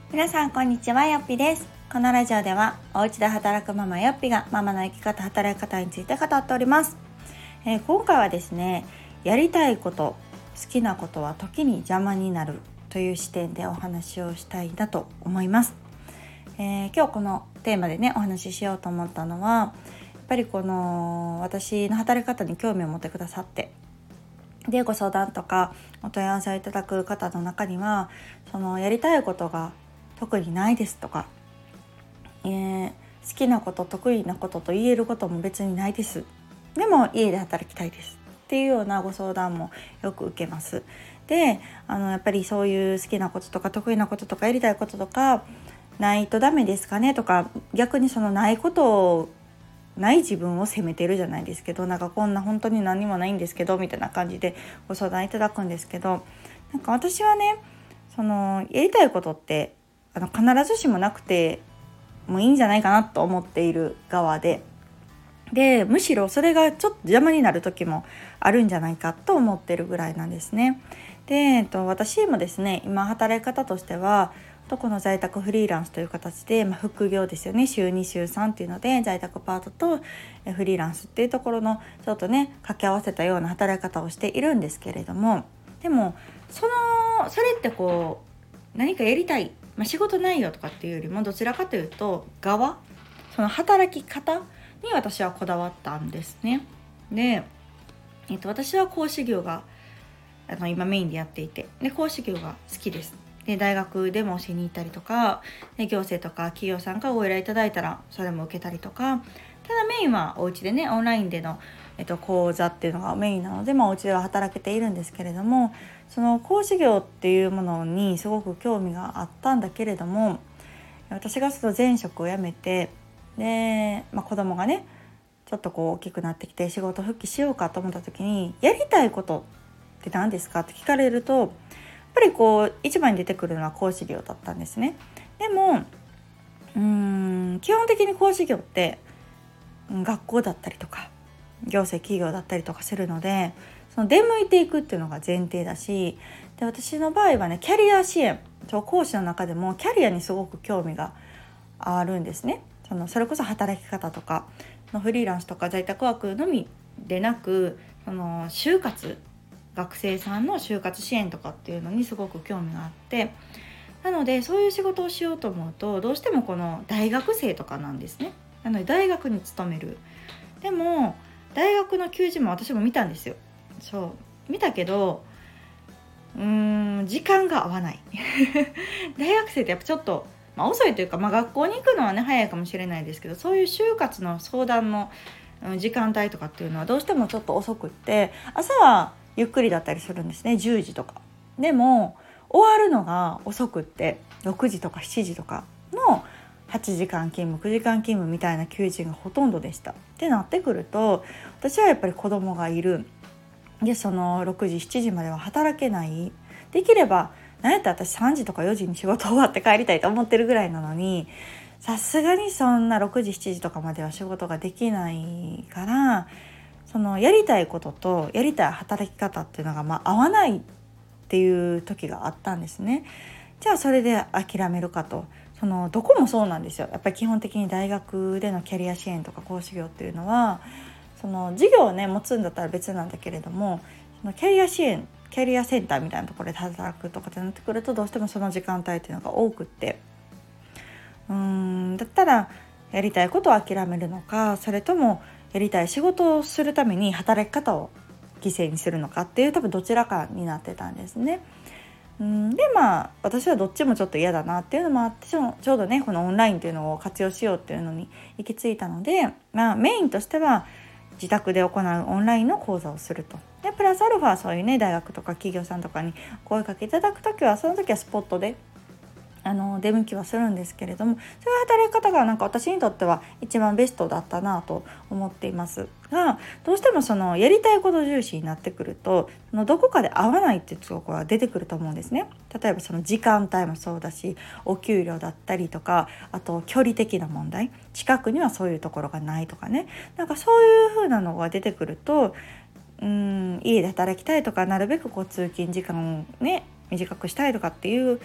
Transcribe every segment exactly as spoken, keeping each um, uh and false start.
皆さんこんにちは、よっぴです。このラジオではお家で働くママよっぴがママの生き方、働き方について語っております。えー、今回はですね、やりたいこと、好きなことは時に邪魔になるという視点でお話をしたいなと思います。えー、今日このテーマでねお話ししようと思ったのは、やっぱりこの私の働き方に興味を持ってくださって、でご相談とかお問い合わせをいただく方の中には、そのやりたいことが特にないですとか、えー、好きなこと得意なことと言えることも別にないです、でも家で働きたいですっていうようなご相談もよく受けます。であのやっぱりそういう好きなこととか得意なこととかやりたいこととかないとダメですかねとか、逆にそのないことをない自分を責めてるじゃないですけど、なんかこんな本当に何もないんですけどみたいな感じでご相談いただくんですけど、なんか私はね、そのやりたいことってあの必ずしもなくてもういいんじゃないかなと思っている側で、でむしろそれがちょっと邪魔になる時もあるんじゃないかと思ってるぐらいなんですね。で、えっと、私もですね、今働き方としてはこの在宅フリーランスという形で、まあ、副業ですよね、週に週さんっていうので在宅パートとフリーランスっていうところのちょっとね掛け合わせたような働き方をしているんですけれども、でもそのそれってこう何かやりたい、まあ、仕事内容とかっていうよりもどちらかというと側、その働き方に私はこだわったんですね。で、えっと、私は講師業があの今メインでやっていて、で講師業が好きです。で大学でも教えに行ったりとか、で行政とか企業さんからご依頼いただいたらそれも受けたりとか、ただメインはお家でねオンラインでの、えっと、講座っていうのがメインなので、まあ、お家では働けているんですけれども、その講師業っていうものにすごく興味があったんだけれども、私がその前職を辞めて、で、まあ、子供がねちょっとこう大きくなってきて仕事復帰しようかと思った時に、やりたいことって何ですかって聞かれると、やっぱりこう一番に出てくるのは講師業だったんですね。でもうーん基本的に講師業って学校だったりとか行政企業だったりとかするので、その出向いていくっていうのが前提だし、で私の場合はねキャリア支援、講師の中でもキャリアにすごく興味があるんですね。そのそれこそ働き方とかのフリーランスとか在宅ワークのみでなく、その就活、学生さんの就活支援とかっていうのにすごく興味があって、なのでそういう仕事をしようと思うとどうしてもこの大学生とかなんですね。なので大学に勤める。でも大学の求人も私も見たんですよ。そう見たけどうーん時間が合わない大学生ってやっぱちょっと、まあ、遅いというか、まあ、学校に行くのはね早いかもしれないですけど、そういう就活の相談の時間帯とかっていうのはどうしてもちょっと遅くって、朝はゆっくりだったりするんですね、じゅうじとかでも終わるのが遅くってろくじとかしちじとかのはちじかん勤務くじかん勤務みたいな求人がほとんどでした。ってなってくると、私はやっぱり子供がいる、でそのろくじしちじまでは働けない、できればなんやったら私さんじとかよじに仕事終わって帰りたいと思ってるぐらいなのに、さすがにそんなろくじしちじとかまでは仕事ができないから、そのやりたいこととやりたい働き方っていうのがまあ合わないっていう時があったんですね。じゃあそれで諦めるかと、そのどこもそうなんですよ。やっぱり基本的に大学でのキャリア支援とか講師業っていうのは、その授業をね持つんだったら別なんだけれども、そのキャリア支援キャリアセンターみたいなところで働くとかってなってくると、どうしてもその時間帯っていうのが多くって、うーんだったらやりたいことを諦めるのか、それともやりたい仕事をするために働き方を犠牲にするのかっていう、多分どちらかになってたんですね。うんでまあ私はどっちもちょっと嫌だなっていうのもあって、ちょうどねこのオンラインっていうのを活用しようっていうのに行き着いたので、まあ、メインとしては自宅で行うオンラインの講座をすると。でプラスアルファそういうね大学とか企業さんとかに声かけいただくときは、その時はスポットであの出向きはするんですけれども、そういう働き方がなんか私にとっては一番ベストだったなと思っていますが、どうしてもそのやりたいこと重視になってくると、そのどこかで合わないっていうところが出てくると思うんですね。例えばその時間帯もそうだし、お給料だったりとか、あと距離的な問題、近くにはそういうところがないとかね、なんかそういう風なのが出てくると、うーん家で働きたいとか、なるべくこう通勤時間をね短くしたいとかっていう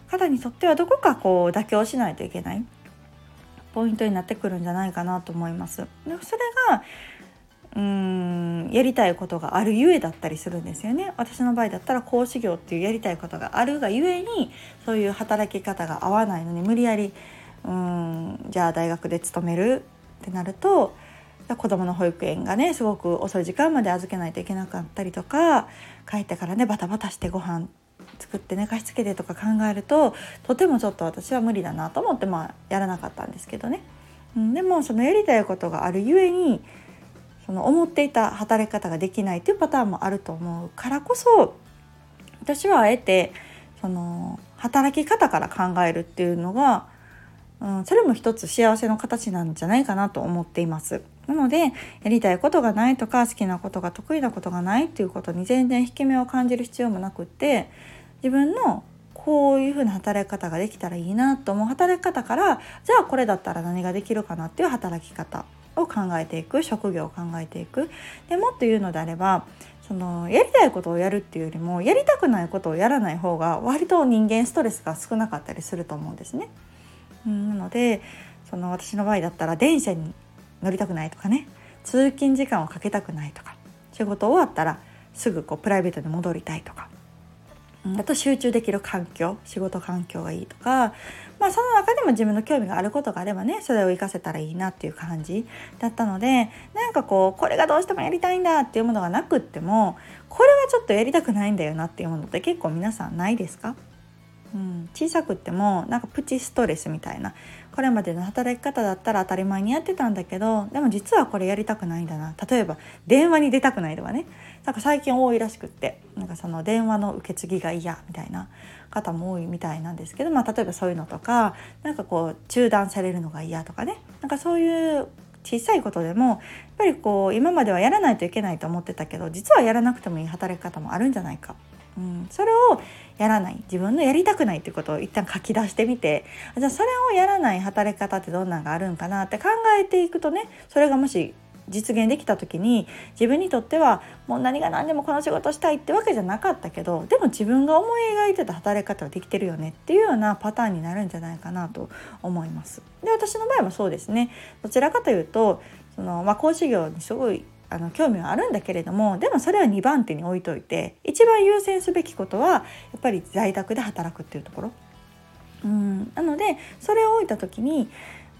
方にとってはどこかこう妥協しないといけないポイントになってくるんじゃないかなと思います。でそれがうーんやりたいことがあるゆえだったりするんですよね。私の場合だったら講師業っていうやりたいことがあるがゆえに、そういう働き方が合わないのに無理やりうーんじゃあ大学で勤めるってなると、子どもの保育園がねすごく遅い時間まで預けないといけなかったりとか、帰ってからねバタバタしてご飯作って寝かしつけてとか考えると、とてもちょっと私は無理だなと思って、まあやらなかったんですけどね、うん、でもそのやりたいことがあるゆえにその思っていた働き方ができないっていうパターンもあると思うからこそ、私はあえてその働き方から考えるっていうのが、うん、それも一つ幸せの形なんじゃないかなと思っています。なのでやりたいことがないとか好きなことが得意なことがないっていうことに全然引け目を感じる必要もなくって、自分のこういうふうな働き方ができたらいいなと思う働き方から、じゃあこれだったら何ができるかなっていう働き方を考えていく、職業を考えていく。でもっと言うのであれば、そのやりたいことをやるっていうよりもやりたくないことをやらない方が割と人間ストレスが少なかったりすると思うんですね。うん、なのでその私の場合だったら電車に乗りたくないとかね、通勤時間をかけたくないとか、仕事終わったらすぐこうプライベートに戻りたいとか、あと集中できる環境、仕事環境がいいとか、まあ、その中でも自分の興味があることがあればね、それを活かせたらいいなっていう感じだったので、なんかこうこれがどうしてもやりたいんだっていうものがなくっても、これはちょっとやりたくないんだよなっていうものって結構皆さんないですか？うん、小さくってもなんかプチストレスみたいな、これまでの働き方だったら当たり前にやってたんだけど、でも実はこれやりたくないんだな、例えば電話に出たくないとかね、なんか最近多いらしくって、なんかその電話の受け継ぎが嫌みたいな方も多いみたいなんですけど、まあ、例えばそういうのとか、なんかこう中断されるのが嫌とかね、なんかそういう小さいことでもやっぱりこう今まではやらないといけないと思ってたけど、実はやらなくてもいい働き方もあるんじゃないか、うん、それをやらない、自分のやりたくないっていうことを一旦書き出してみて、じゃあそれをやらない働き方ってどんなのがあるんかなって考えていくとね、それがもし実現できた時に、自分にとってはもう何が何でもこの仕事したいってわけじゃなかったけど、でも自分が思い描いてた働き方はできてるよねっていうようなパターンになるんじゃないかなと思います。で、私の場合もそうですね。どちらかというとその、まあ、講師業にすごいあの興味はあるんだけれども、でもそれはにばん手に置いといて、一番優先すべきことはやっぱり在宅で働くっていうところ、うん、なのでそれを置いた時に、うん、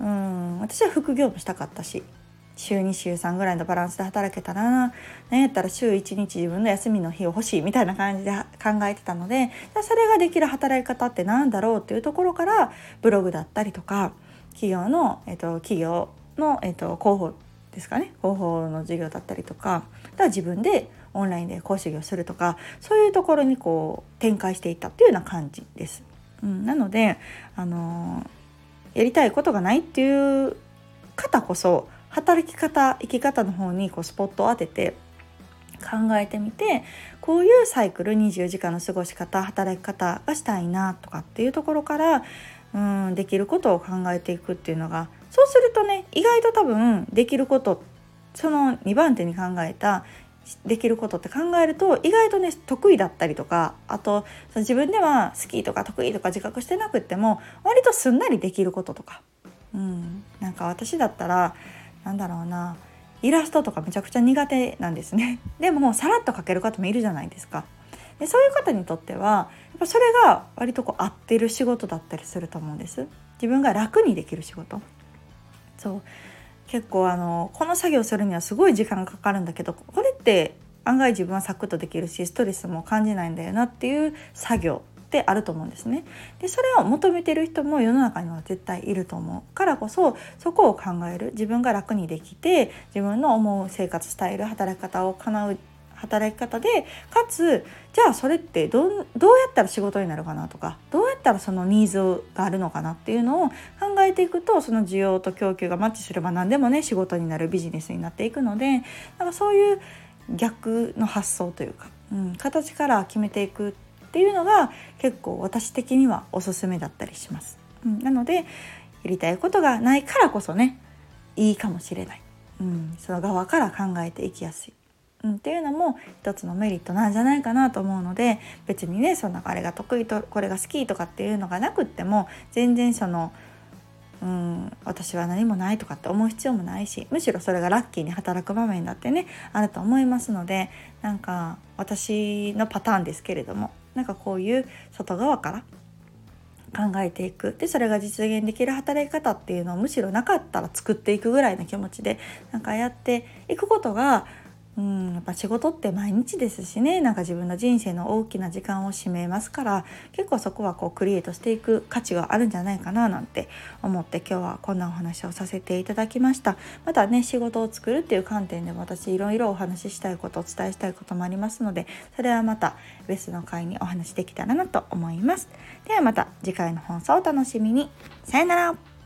私は副業もしたかったし、週に週さんぐらいのバランスで働けたらな、何やったら週いちにち自分の休みの日を欲しいみたいな感じで考えてたので、それができる働き方ってなんだろうっていうところから、ブログだったりとか企業の、えっと、企業の、えっと、広報ですかね、広報の授業だったりとか、だから自分でオンラインで講師業するとか、そういうところにこう展開していったっていうような感じです、うん、なので、あのー、やりたいことがないっていう方こそ働き方、生き方の方にこうスポットを当てて考えてみて、こういうサイクル、にじゅうよじかんの過ごし方、働き方がしたいなとかっていうところから、うんできることを考えていくっていうのが、そうするとね、意外と多分できること、そのにばん手に考えたできることって考えると意外とね得意だったりとか、あとその自分では好きとか得意とか自覚してなくっても割とすんなりできることとか、うん、なんか私だったらなんだろうな、イラストとかめちゃくちゃ苦手なんですね。でもさらっと描ける方もいるじゃないですか。でそういう方にとってはやっぱそれが割とこう合ってる仕事だったりすると思うんです。自分が楽にできる仕事。そう結構あのこの作業するにはすごい時間がかかるんだけど、これって案外自分はサクッとできるしストレスも感じないんだよなっていう作業ってあると思うんですね。でそれを求めてる人も世の中には絶対いると思うからこそ、そこを考える、自分が楽にできて自分の思う生活スタイル、働き方を叶う働き方で、かつじゃあそれってどう、どうやったら仕事になるかなとか、どうやったらそのニーズがあるのかなっていうのを考えていくと、その需要と供給がマッチすれば何でもね仕事になる、ビジネスになっていくので、なんかそういう逆の発想というか、うん、形から決めていくっていうのが結構私的にはおすすめだったりします、うん、なのでやりたいことがないからこそねいいかもしれない、うん、その側から考えていきやすい。 うん、っていうのも一つのメリットなんじゃないかなと思うので、別にねそんなあれが得意とこれが好きとかっていうのがなくっても全然そのうん私は何もないとかって思う必要もないし、むしろそれがラッキーに働く場面だってねあると思いますので、なんか私のパターンですけれども、なんかこういう外側から考えていく、でそれが実現できる働き方っていうのをむしろなかったら作っていくぐらいの気持ちでなんかやっていくことが、うん、やっぱ仕事って毎日ですしね、なんか自分の人生の大きな時間を占めますから、結構そこはこうクリエイトしていく価値があるんじゃないかななんて思って今日はこんなお話をさせていただきました。またね仕事を作るっていう観点でも私いろいろお話ししたいこと、お伝えしたいこともありますので、それはまた別の回にお話できたらなと思います。ではまた次回の放送をお楽しみに。さよなら。